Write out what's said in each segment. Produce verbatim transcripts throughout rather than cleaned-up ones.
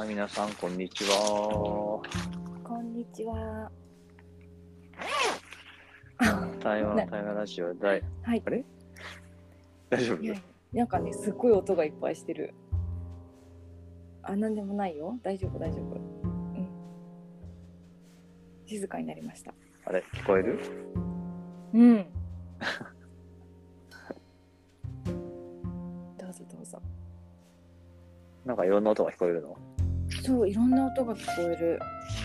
はい、皆さんこんにちは。 こんにちは。 台湾台湾ラジオだい、 はい。 あれ大丈夫？ いやいや、なんかね、すっごい音がいっぱいしてる。あ、なんでもないよ。大丈夫、大丈夫。うん。静かになりました。 あれ聞こえる？ うん。どうぞどうぞ。 なんかいろんな音が聞こえるの？ そう、いろんな音が聞こえる。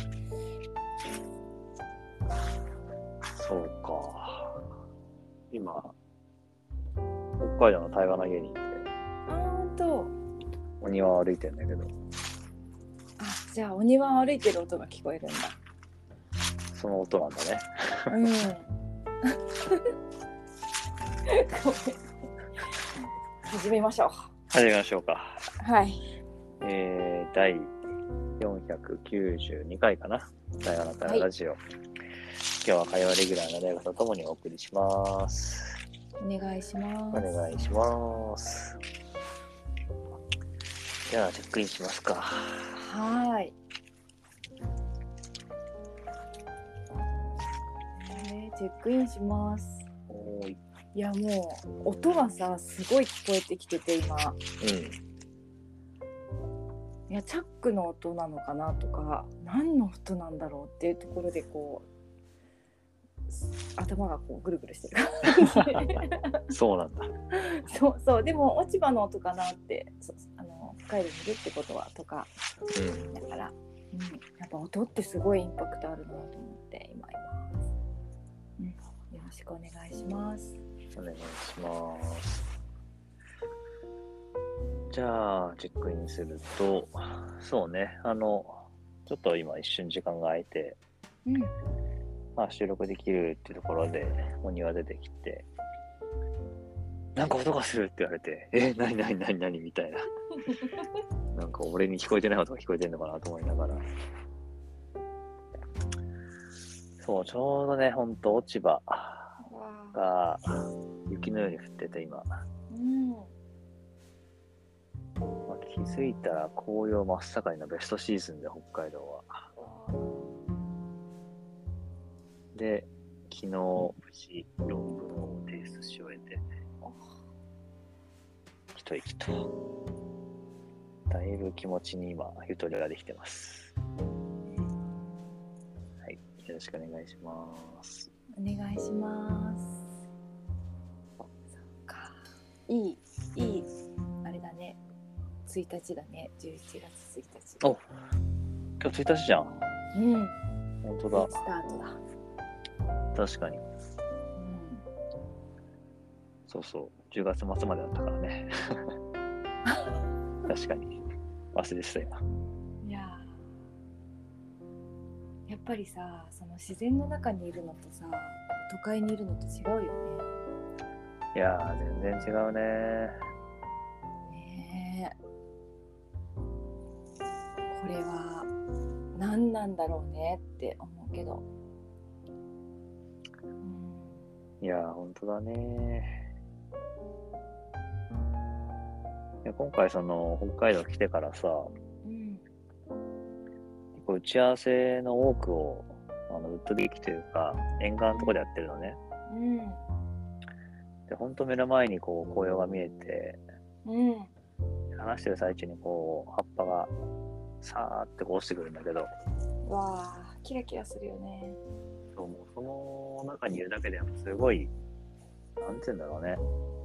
そうか。今、北海道の台湾の家にいて、 あー、ほんと。 お庭を歩いてんだけど、 あ、じゃあお庭を歩いてる音が聞こえるんだ。 その音なんだね。 うん。始めましょう。 始めましょうか。 はい。 えー、だいよんひゃくきゅうじゅうにかいかな。台湾の台湾ラジオ。はい、今日は会話レギュラーの大学とともにお送りします。 お願いします。 お願いします。じゃあチェックインしますか。 はい。えー、チェックインします。 おーい。 いやもう音がさすごい聞こえてきてて今。 うん。 いやチャックの音なのかなとか何の音なんだろうっていうところでこう頭がこうぐるぐるしてるそうなんだ。 そうそう、でも落ち葉の音かなって、そあの北海道にいるってことはとか、 うん、 だから、うん、やっぱ音ってすごいインパクトあるなと思って今います、うん、よろしくお願いします。 お願いします。じゃあチェックインすると、そうね、あのちょっと今一瞬時間が空いて、 うん、 まあ収録できるっていうところでお庭出てきて、なんか音がするって言われて、え、なになになになにみたいな。なんか俺に聞こえてない音が聞こえてるのかなと思いながら。そう、ちょうどね、ほんと落ち葉が雪のように降ってて今。 うん、 まあ、気づいたら紅葉真っ盛りのベストシーズンで北海道は。で、昨日無事論文を提出し終えて、一息と、だいぶ気持ちに今ゆとりができてます。はい、よろしくお願いします。 お願いします。そっか、いいいいあれだね。ついたちだね。じゅういちがつついたち。 お、今日ついたちじゃん。 うん。 本当だ。 スタートだ。 確かに。うん。そうそう。じゅうがつ末までだったからね。確かに。忘れてた今。 いややっぱりさ、その自然の中にいるのとさ、都会にいるのと違うよね。 いやー、全然違うね。 ねえ。これは何なんだろうねって思うけど。うん、 いやー、本当だね。いや今回その北海道来てからさ、うん、結構打ち合わせの多くをあのウッドデッキというか沿岸のところでやってるのね。うん、で本当目の前にこう紅葉が見えて、うん、話してる最中にこう葉っぱがさーってこう落ちてくるんだけど、 わー、キラキラするよね。 そう、もうその中にいるだけでもすごい、なんて言うんだろうね。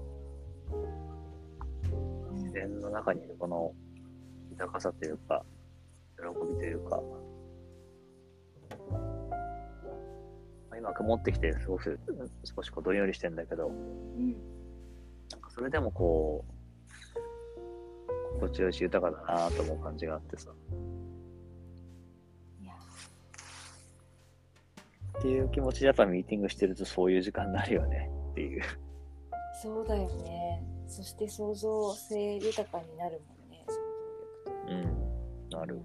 自然の中にいるこの豊かさというか、喜びというか、今曇ってきてすごく少しこうどんよりしてんだけど、うん、なんかそれでもこう心地よいし豊かだなと思う感じがあってさ。いやっていう気持ちでやっぱミーティングしてるとそういう時間になるよねっていう。 そうだよね。そして創造性豊かになるもんね、想像力と。うん、なる。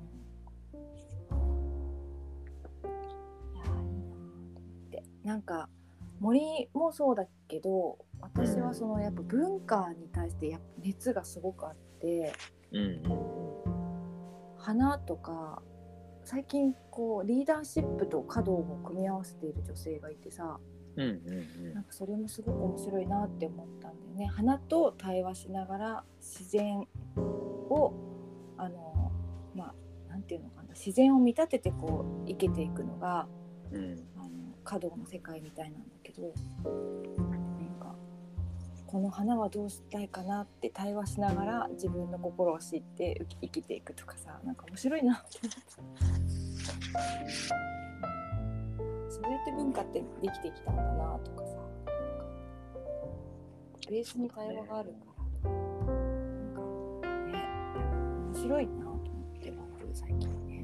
いや、いいなと思って。なんか森もそうだけど、私はそのやっぱ文化に対してやっぱ熱がすごくあって、うん、 花とか最近こうリーダーシップと華道を組み合わせている女性がいてさ、 うんうんうん、 なんかそれもすごく面白いなって思ったんだよね。花と対話しながら自然をあのまあなんていうのかな、自然を見立ててこう生けていくのが、 うん、 あの華道の世界みたいなんだけど、なんかこの花はどうしたいかなって対話しながら自分の心を知って生きていくとかさ、なんか面白いなって思った。そうやって文化ってできてきたんだなとかさ、ベースに対話があるから、なんかね、面白いなと思って僕最近ね。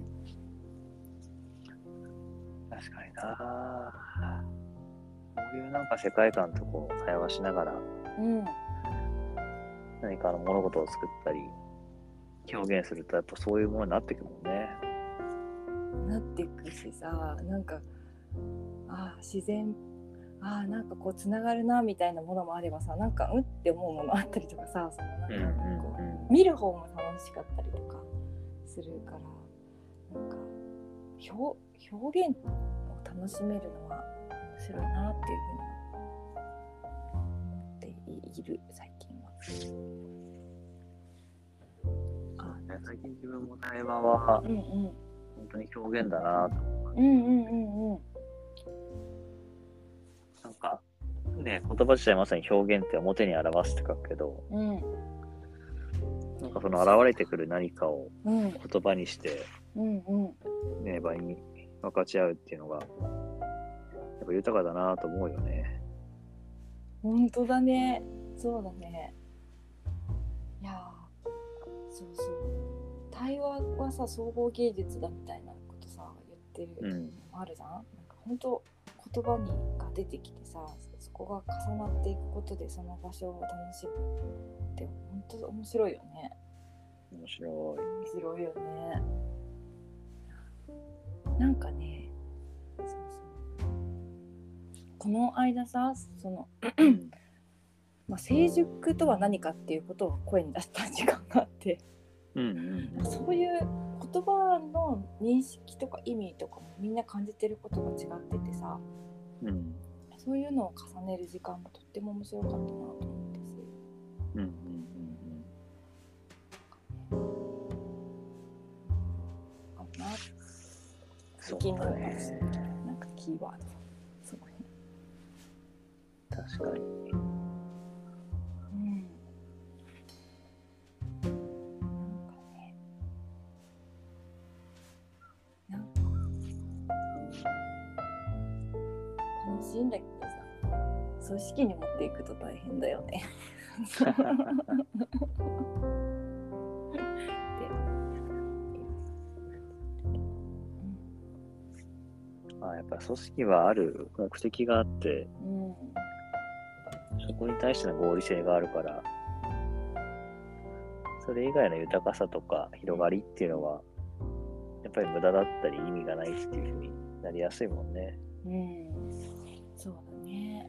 確かにな。こういうなんか世界観とこう対話しながら、 うん、 何かの物事を作ったり表現するとやっぱそういうものになっていくもんね。 なっていくしさ、なんかあ自然あなんかこうつながるなみたいなものもあればさ、なんかうんって思うものあったりとかさ、そのなんかこう、うんうんうん、見る方も楽しかったりとかするから、なんか 表, 表現を楽しめるのは面白いなっていうふうに思っている最近は。 あ、ね、最近自分も対話は、うんうん、本当に表現だなと思う。うんうんうんうん。なんかね、言葉自体まさに表現って表に表すって書くけど、うん、なんかその現れてくる何かを言葉にして、うんうんね、場に分かち合うっていうのがやっぱ豊かだなと思うよね。 本当だね、そうだね。いやそうそう、対話はさ総合芸術だみたいなことさ言ってるのもあるじゃん、うん、なんか本当言葉にが出てきてさ、そこが重なっていくことでその場所を楽しむって本当面白いよね。 面白い面白いよね。なんかね、そうそうこの間さ、そのまあ、成熟とは何かっていうことを声に出した時間があって、うんうんうん、そういう言葉の認識とか意味とかもみんな感じてることが違っててさ、うん、そういうのを重ねる時間もとっても面白かったなと思ってし、うんうんうんうん、あるな最近の、ね、なんかキーワードその辺確かに。 楽しいんだけどさ、組織に持っていくと大変だよねまあ、やっぱ組織はある目的があって、うん、そこに対しての合理性があるから、それ以外の豊かさとか広がりっていうのはやっぱり無駄だったり意味がないっていう風になりやすいもんね。 うん、そうだね。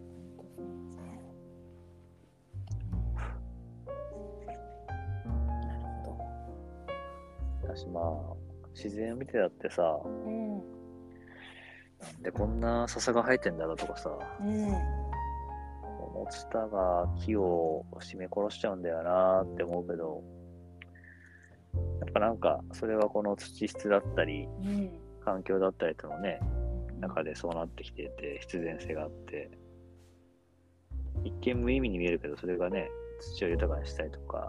なるほど。私まあ自然を見てたってさ、うん、なんでこんな笹が生えてんだろうとかさ、うん、このツタが木を締め殺しちゃうんだよなって思うけど、やっぱなんかそれはこの土質だったり、うん、環境だったりとのね、中でそうなってきていて必然性があって、一見無意味に見えるけどそれがね土を豊かにしたりとか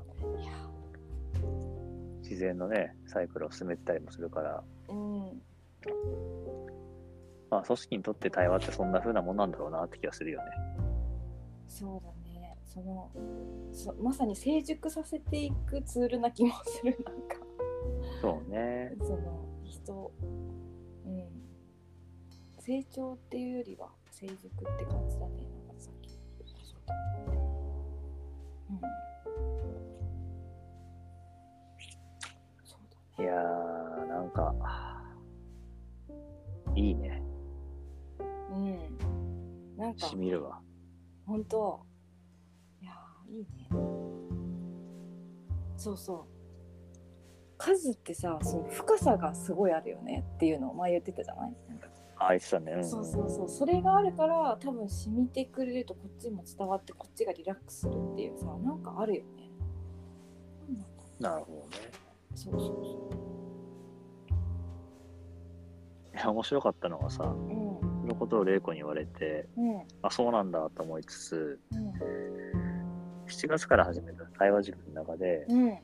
自然のねサイクルを進めてたりもするから、うん、まあ組織にとって対話ってそんな風なもんなんだろうなって気がするよね。 そうだね、そのそまさに成熟させていくツールな気もする。なんかそうね、 その人、うん、成長っていうよりは成熟って感じだね。なんかさっきそうだね、うん、 そうだね。いやーなんかいいね。 うん、なんかしみるわ。 本当、いやいいね。そうそう。 数ってさ、その深さがすごいあるよねっていうのを前言ってたじゃない？なんかあいつさんね、うん、 そうそうそう、それがあるから多分染みてくれるとこっちも伝わってこっちがリラックスするっていうさ、なんかあるよね。 なるほどね。 そうそうそいや面白かったのがさ、 う、うんそのことを玲子に言われて、 うんあそうなんだと思いつつ、 うんしちがつから始めた対話塾の中で、 うん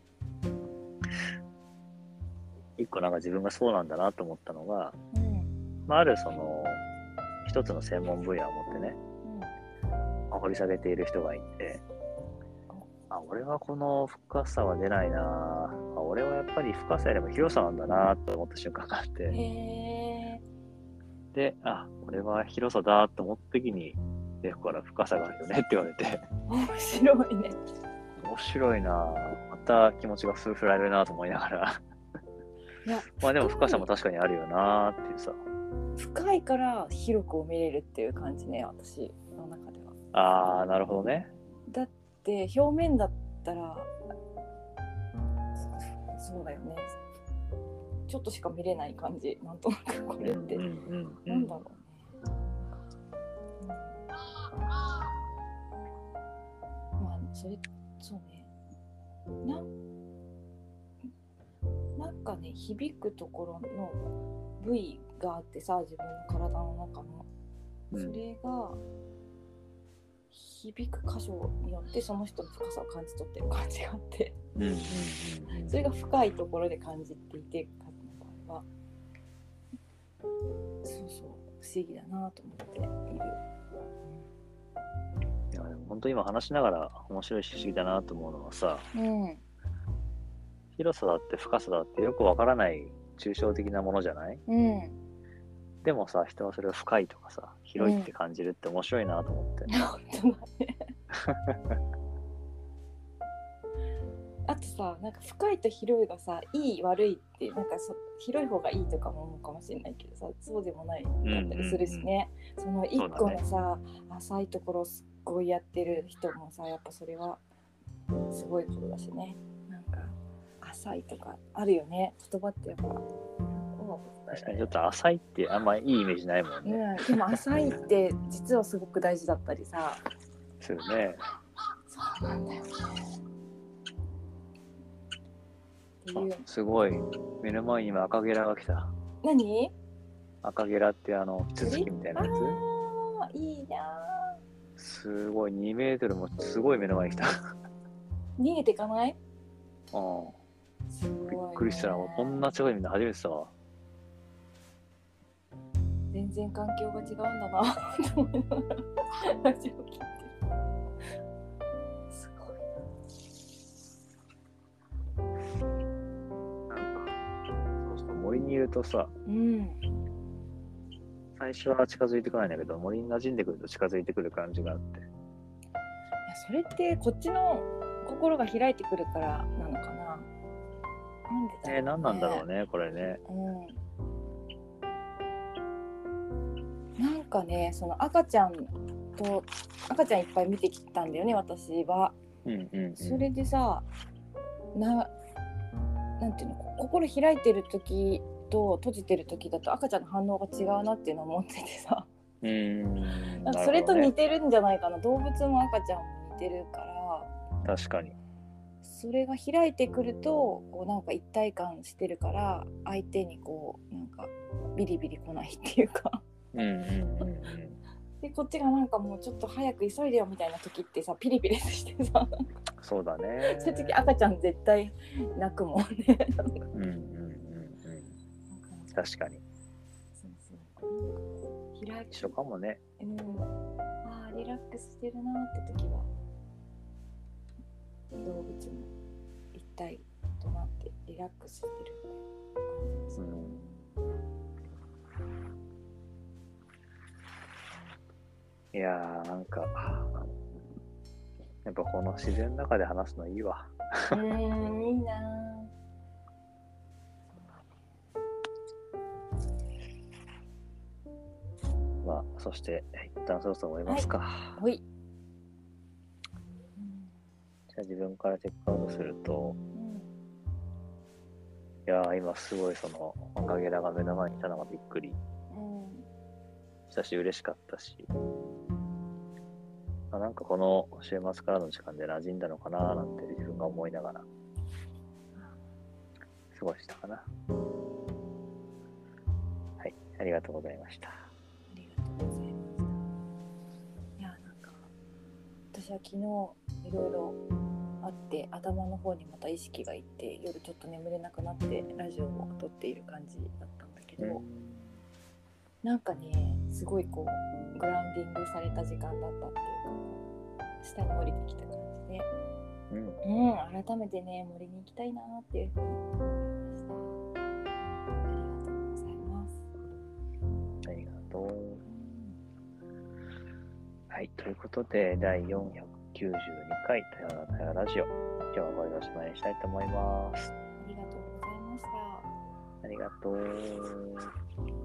一個なんか自分がそうなんだなと思ったのが、 うんまあ、あるその一つの専門分野を持ってね、まあ、掘り下げている人がいて、あ俺はこの深さは出ないなあ、俺はやっぱり深さよりも広さなんだなと思った瞬間があって、 へー、 で、あ俺は広さだと思った時に玲子から深さがあるよねって言われて、 面白いね。 面白いなあ、また気持ちがふ振られるなと思いながらいやまあでも深さも確かにあるよなっていうさ。 深いから広く見れるっていう感じね、私の中では。 ああなるほどね。 だって表面だったらそそうだよね、ちょっとしか見れない感じ、なんとなくこれって、 うんうんうんうん、 なんだろうね、うん、まあそれそうね、なんなんかね、響くところの部位があってさ、自分の体の中のそれが響く箇所によってその人の深さを感じ取ってる感じがあって、 うんうんうんうん、 それが深いところで感じていて、数の場合はそうそう不思議だなと思っている。 いやでも本当に今話しながら面白いし不思議だなと思うのはさ、 うん、 広さだって深さだってよくわからない抽象的なものじゃない？ うん、 でもさ、人はそれを深いとかさ、広いって感じるって面白いなと思って。 本当だねあとさ、なんか深いと広いがさ、いい悪いってなんかそ広い方がいいとかも思うかもしれないけどさ、そうでもないかったりするしね、うんうんうん、その一個のさ、ね、浅いところをすっごいやってる人もさ、やっぱそれはすごいことだしね。なんか浅いとかあるよね、言葉ってやっぱ。 確かにちょっと浅いってあんまいいイメージないもんね、 うん、でも浅いって実はすごく大事だったりさするね。 そうなんだよね。 すごい目の前に今赤ゲラが来た。 何？ 赤ゲラってあのキツツキみたいなやつ。 あー、いいな。 すごいにメートルもすごい目の前に来た。 逃げていかない？ うん。 すごいね、 びっくりしたな。こんな近くにみんな初めてさ。 全然環境が違うんだなと思いながらラジオ聞いてる。すごいな。なんかそうそう森にいるとさ、 うん、 最初は近づいてこないんだけど、森に馴染んでくると近づいてくる感じがあって。 いやそれってこっちの心が開いてくるからなのかな。なんでだろうね。 えー、何なんだろうねこれね。 うん、なんかね、その赤ちゃんと赤ちゃんいっぱい見てきたんだよね、私は。 うんうんうん、 それでさ、な、なんていうの、心開いてる時と閉じてる時だと赤ちゃんの反応が違うなっていうのを思っててさ。 うーん、 なんかそれと似てるんじゃないかな。動物も赤ちゃんも似てるから。 確かに。 それが開いてくるとこうなんか一体感してるから相手にこうなんかビリビリ来ないっていうかうんうんうんうん、 でこっちがなんかもうちょっと早く急いでよみたいな時ってさピリピリしてさそうだね。 そういう時赤ちゃん絶対泣くもんねうんうんうんうん、確かに。 そうそう開一緒かもね。 うん、あーリラックスしてるなって時は動物も一体となってリラックスしてるって感じですね。 うん、いやーなんかやっぱこの自然の中で話すのいいわ。 うーんいいな。 まあそして一旦そろそろ終わりますか。 はい。 じゃあ自分からチェックアウトすると、 いやー、今すごいそのアカゲラが目の前にいたのがびっくりしたし、嬉しかったし、あ、なんかこの週末からの時間で馴染んだのかなーなんて自分が思いながら過ごしたかな。はい、ありがとうございました。 ありがとうございました。いや、なんか私は昨日いろいろあって頭の方にまた意識がいって夜ちょっと眠れなくなってラジオを撮っている感じだったんだけど、うん、なんかねすごいこうグラウンディングされた時間だったっていうか下に降りてきた感じで、うんうん、改めてね森に行きたいなっていうふうに思いました。ありがとうございます。 ありがとう、うん、はい、ということでだいよんひゃくきゅうじゅうにかいたよなたよラジオ、今日はこれでおしまいにしたいと思います。 ありがとうございました。 ありがとう。